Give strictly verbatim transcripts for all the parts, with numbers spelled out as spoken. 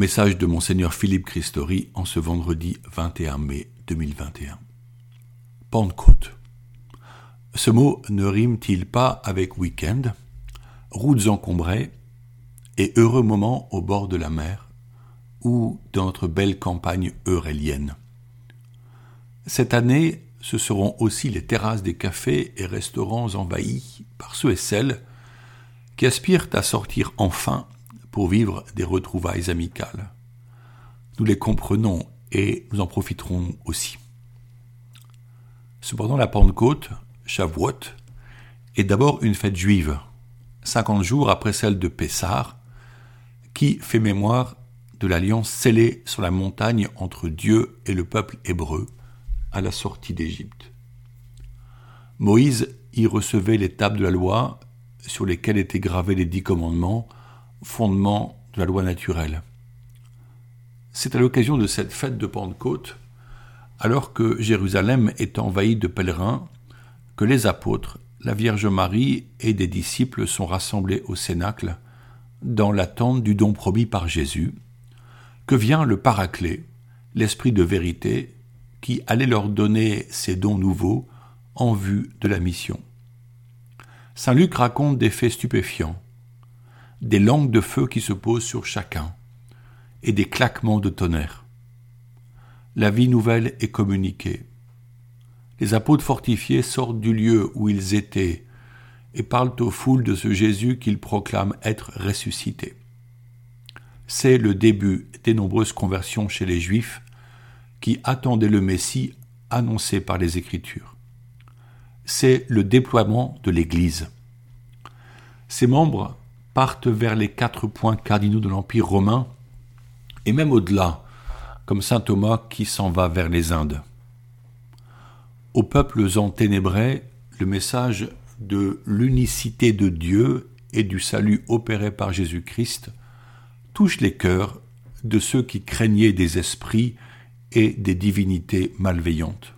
Message de Monseigneur Philippe Christori en ce vendredi vingt et un mai deux mille vingt et un. Pentecôte. Ce mot ne rime-t-il pas avec week-end, routes encombrées et heureux moments au bord de la mer ou dans notre belle campagne eurélienne? Cette année, ce seront aussi les terrasses des cafés et restaurants envahis par ceux et celles qui aspirent à sortir enfin pour vivre des retrouvailles amicales. Nous les comprenons et nous en profiterons aussi. Cependant, la Pentecôte, Shavuot, est d'abord une fête juive, cinquante jours après celle de Pessah, qui fait mémoire de l'alliance scellée sur la montagne entre Dieu et le peuple hébreu à la sortie d'Égypte. Moïse y recevait les tables de la loi sur lesquelles étaient gravés les dix commandements, fondement de la loi naturelle. C'est à l'occasion de cette fête de Pentecôte, alors que Jérusalem est envahie de pèlerins, que les apôtres, la Vierge Marie et des disciples sont rassemblés au Cénacle, dans l'attente du don promis par Jésus, que vient le Paraclet, l'Esprit de vérité, qui allait leur donner ces dons nouveaux en vue de la mission. Saint Luc raconte des faits stupéfiants, des langues de feu qui se posent sur chacun, et des claquements de tonnerre. La vie nouvelle est communiquée. Les apôtres fortifiés sortent du lieu où ils étaient et parlent aux foules de ce Jésus qu'ils proclament être ressuscité. C'est le début des nombreuses conversions chez les Juifs qui attendaient le Messie annoncé par les Écritures. C'est le déploiement de l'Église. Ses membres partent vers les quatre points cardinaux de l'Empire romain, et même au-delà, comme saint Thomas qui s'en va vers les Indes. Aux peuples enténébrés, le message de l'unicité de Dieu et du salut opéré par Jésus-Christ touche les cœurs de ceux qui craignaient des esprits et des divinités malveillantes.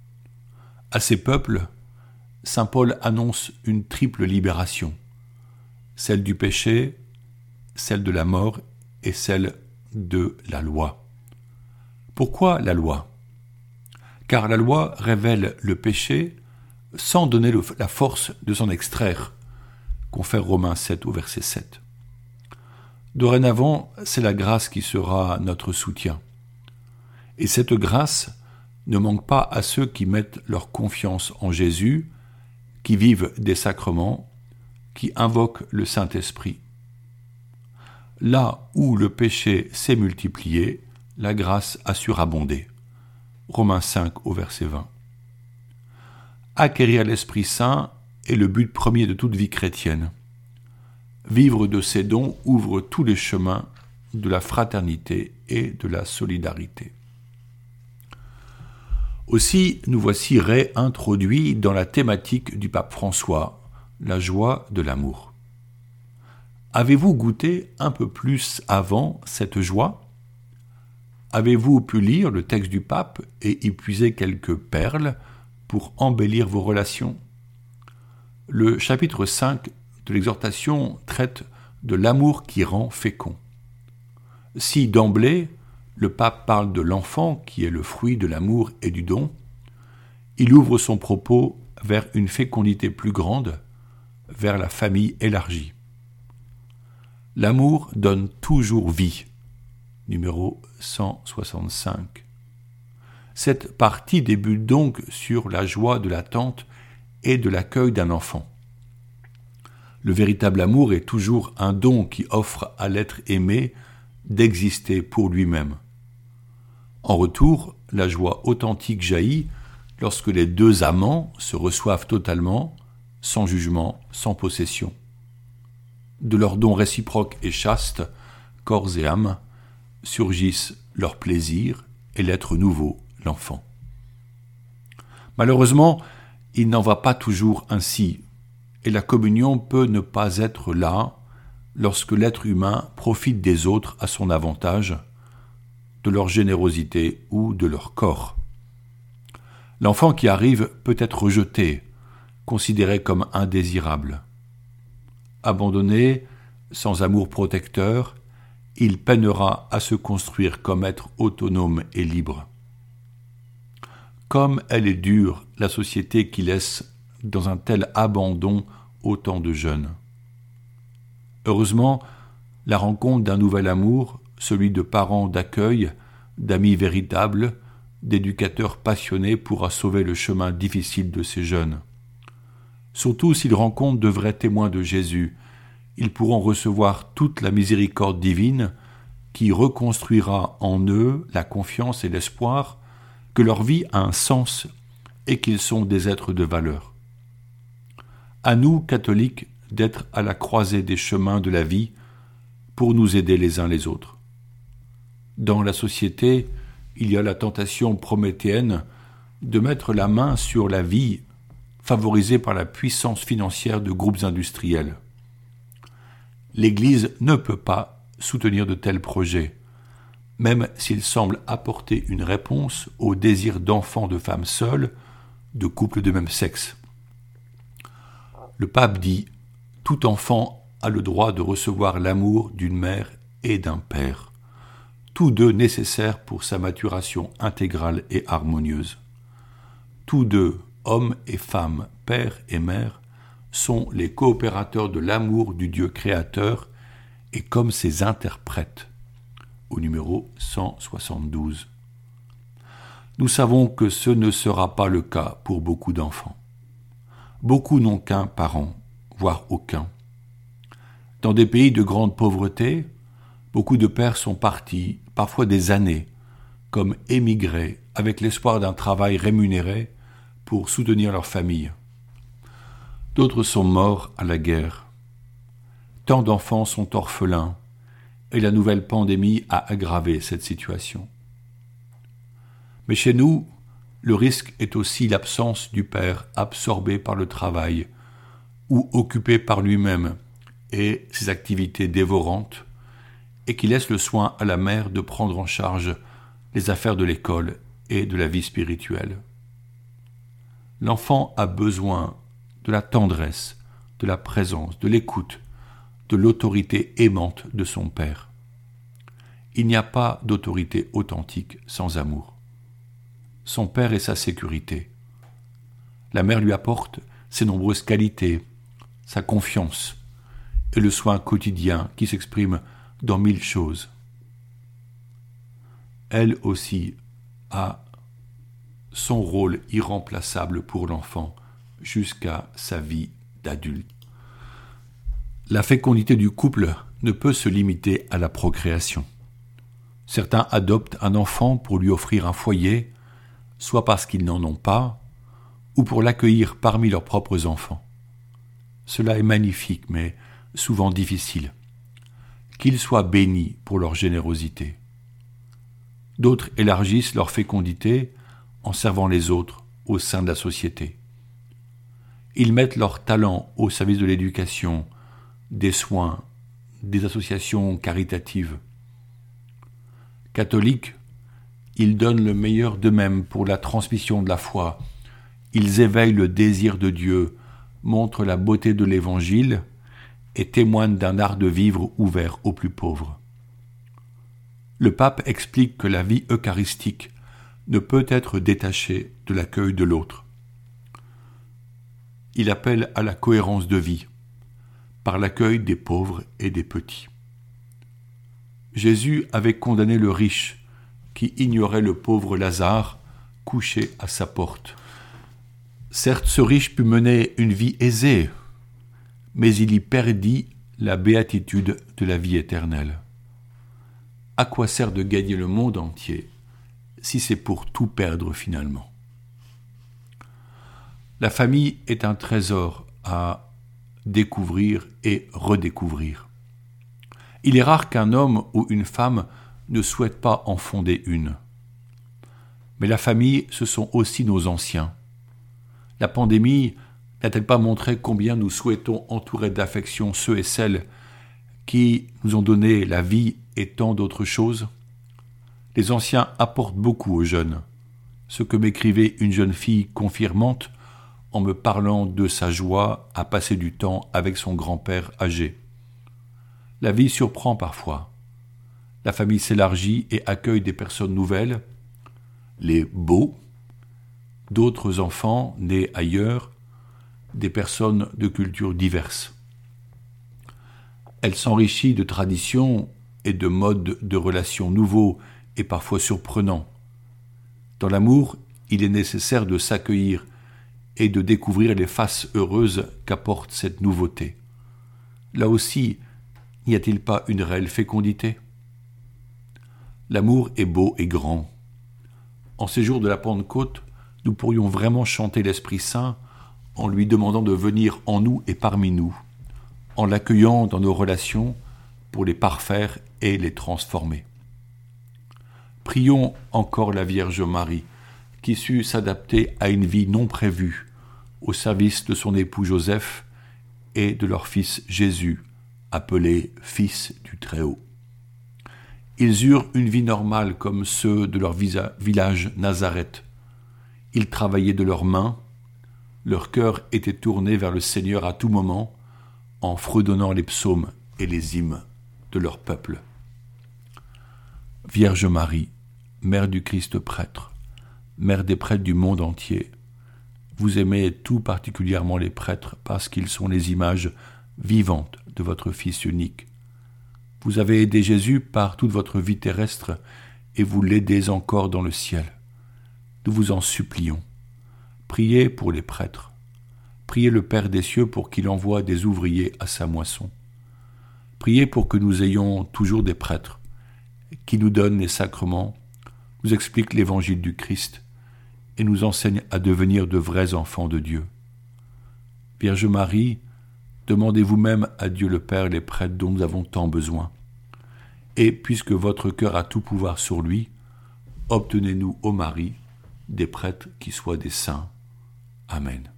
À ces peuples, saint Paul annonce une triple libération, celle du péché, celle de la mort et celle de la loi. Pourquoi la loi? Car la loi révèle le péché sans donner le, la force de s'en extraire, confère Romains sept au verset sept. Dorénavant, c'est la grâce qui sera notre soutien. Et cette grâce ne manque pas à ceux qui mettent leur confiance en Jésus, qui vivent des sacrements, qui invoquent le Saint-Esprit. Là où le péché s'est multiplié, la grâce a surabondé. Romains cinq au verset vingt. Acquérir l'Esprit Saint est le but premier de toute vie chrétienne. Vivre de ces dons ouvre tous les chemins de la fraternité et de la solidarité. Aussi, nous voici réintroduits dans la thématique du pape François, la joie de l'amour. Avez-vous goûté un peu plus avant cette joie? Avez-vous pu lire le texte du pape et y puiser quelques perles pour embellir vos relations? Le chapitre cinq de l'exhortation traite de l'amour qui rend fécond. Si d'emblée, le pape parle de l'enfant qui est le fruit de l'amour et du don, il ouvre son propos vers une fécondité plus grande, vers la famille élargie. L'amour donne toujours vie. Numéro cent soixante-cinq. Cette partie débute donc sur la joie de l'attente et de l'accueil d'un enfant. Le véritable amour est toujours un don qui offre à l'être aimé d'exister pour lui-même. En retour, la joie authentique jaillit lorsque les deux amants se reçoivent totalement, sans jugement, sans possession. De leurs dons réciproques et chastes, corps et âme, surgissent leur plaisir et l'être nouveau, l'enfant. Malheureusement, il n'en va pas toujours ainsi, et la communion peut ne pas être là lorsque l'être humain profite des autres à son avantage, de leur générosité ou de leur corps. L'enfant qui arrive peut être rejeté, considéré comme indésirable. Abandonné, sans amour protecteur, il peinera à se construire comme être autonome et libre. Comme elle est dure, la société qui laisse dans un tel abandon autant de jeunes. Heureusement, la rencontre d'un nouvel amour, celui de parents d'accueil, d'amis véritables, d'éducateurs passionnés pourra sauver le chemin difficile de ces jeunes. Surtout s'ils rencontrent de vrais témoins de Jésus, ils pourront recevoir toute la miséricorde divine qui reconstruira en eux la confiance et l'espoir que leur vie a un sens et qu'ils sont des êtres de valeur. À nous, catholiques, d'être à la croisée des chemins de la vie pour nous aider les uns les autres. Dans la société, il y a la tentation prométhéenne de mettre la main sur la vie favorisée par la puissance financière de groupes industriels. L'Église ne peut pas soutenir de tels projets, même s'ils semblent apporter une réponse au désir d'enfants de femmes seules, de couples de même sexe. Le pape dit « Tout enfant a le droit de recevoir l'amour d'une mère et d'un père, tous deux nécessaires pour sa maturation intégrale et harmonieuse. Tous deux, hommes et femmes, père et mère, sont les coopérateurs de l'amour du Dieu créateur et comme ses interprètes. » Au numéro cent soixante-douze. Nous savons que ce ne sera pas le cas pour beaucoup d'enfants. Beaucoup n'ont qu'un parent, voire aucun. Dans des pays de grande pauvreté, beaucoup de pères sont partis, parfois des années, comme émigrés, avec l'espoir d'un travail rémunéré pour soutenir leur famille. D'autres sont morts à la guerre. Tant d'enfants sont orphelins, et la nouvelle pandémie a aggravé cette situation. Mais chez nous, le risque est aussi l'absence du père absorbé par le travail ou occupé par lui-même et ses activités dévorantes, et qui laisse le soin à la mère de prendre en charge les affaires de l'école et de la vie spirituelle. L'enfant a besoin de la tendresse, de la présence, de l'écoute, de l'autorité aimante de son père. Il n'y a pas d'autorité authentique sans amour. Son père est sa sécurité. La mère lui apporte ses nombreuses qualités, sa confiance et le soin quotidien qui s'exprime dans mille choses. Elle aussi a son rôle irremplaçable pour l'enfant jusqu'à sa vie d'adulte. La fécondité du couple ne peut se limiter à la procréation. Certains adoptent un enfant pour lui offrir un foyer, soit parce qu'ils n'en ont pas, ou pour l'accueillir parmi leurs propres enfants. Cela est magnifique, mais souvent difficile. Qu'ils soient bénis pour leur générosité. D'autres élargissent leur fécondité en servant les autres au sein de la société. Ils mettent leur talent au service de l'éducation, des soins, des associations caritatives. Catholiques, ils donnent le meilleur d'eux-mêmes pour la transmission de la foi. Ils éveillent le désir de Dieu, montrent la beauté de l'Évangile et témoignent d'un art de vivre ouvert aux plus pauvres. Le pape explique que la vie eucharistique ne peut être détachée de l'accueil de l'autre. Il appelle à la cohérence de vie, par l'accueil des pauvres et des petits. Jésus avait condamné le riche qui ignorait le pauvre Lazare couché à sa porte. Certes, ce riche put mener une vie aisée, mais il y perdit la béatitude de la vie éternelle. À quoi sert de gagner le monde entier si c'est pour tout perdre finalement? La famille est un trésor à découvrir et redécouvrir. Il est rare qu'un homme ou une femme ne souhaite pas en fonder une. Mais la famille, ce sont aussi nos anciens. La pandémie n'a-t-elle pas montré combien nous souhaitons entourer d'affection ceux et celles qui nous ont donné la vie et tant d'autres choses? Les anciens apportent beaucoup aux jeunes. Ce que m'écrivait une jeune fille confirmante en me parlant de sa joie à passer du temps avec son grand-père âgé. La vie surprend parfois. La famille s'élargit et accueille des personnes nouvelles, les beaux, d'autres enfants nés ailleurs, des personnes de cultures diverses. Elle s'enrichit de traditions et de modes de relations nouveaux et parfois surprenants. Dans l'amour, il est nécessaire de s'accueillir et de découvrir les faces heureuses qu'apporte cette nouveauté. Là aussi, n'y a-t-il pas une réelle fécondité ? L'amour est beau et grand. En ces jours de la Pentecôte, nous pourrions vraiment chanter l'Esprit Saint en lui demandant de venir en nous et parmi nous, en l'accueillant dans nos relations pour les parfaire et les transformer. Prions encore la Vierge Marie, qui sut s'adapter à une vie non prévue, au service de son époux Joseph et de leur fils Jésus, appelé Fils du Très-Haut. Ils eurent une vie normale comme ceux de leur village Nazareth. Ils travaillaient de leurs mains, leur cœur était tourné vers le Seigneur à tout moment, en fredonnant les psaumes et les hymnes de leur peuple. Vierge Marie, Mère du Christ prêtre, Mère des prêtres du monde entier, vous aimez tout particulièrement les prêtres parce qu'ils sont les images vivantes de votre Fils unique. Vous avez aidé Jésus par toute votre vie terrestre et vous l'aidez encore dans le ciel. Nous vous en supplions. Priez pour les prêtres. Priez le Père des cieux pour qu'il envoie des ouvriers à sa moisson. Priez pour que nous ayons toujours des prêtres qui nous donnent les sacrements, nous expliquent l'évangile du Christ et nous enseignent à devenir de vrais enfants de Dieu. Vierge Marie, demandez vous-même à Dieu le Père les prêtres dont nous avons tant besoin. Et puisque votre cœur a tout pouvoir sur lui, obtenez-nous, ô Marie, des prêtres qui soient des saints. Amen.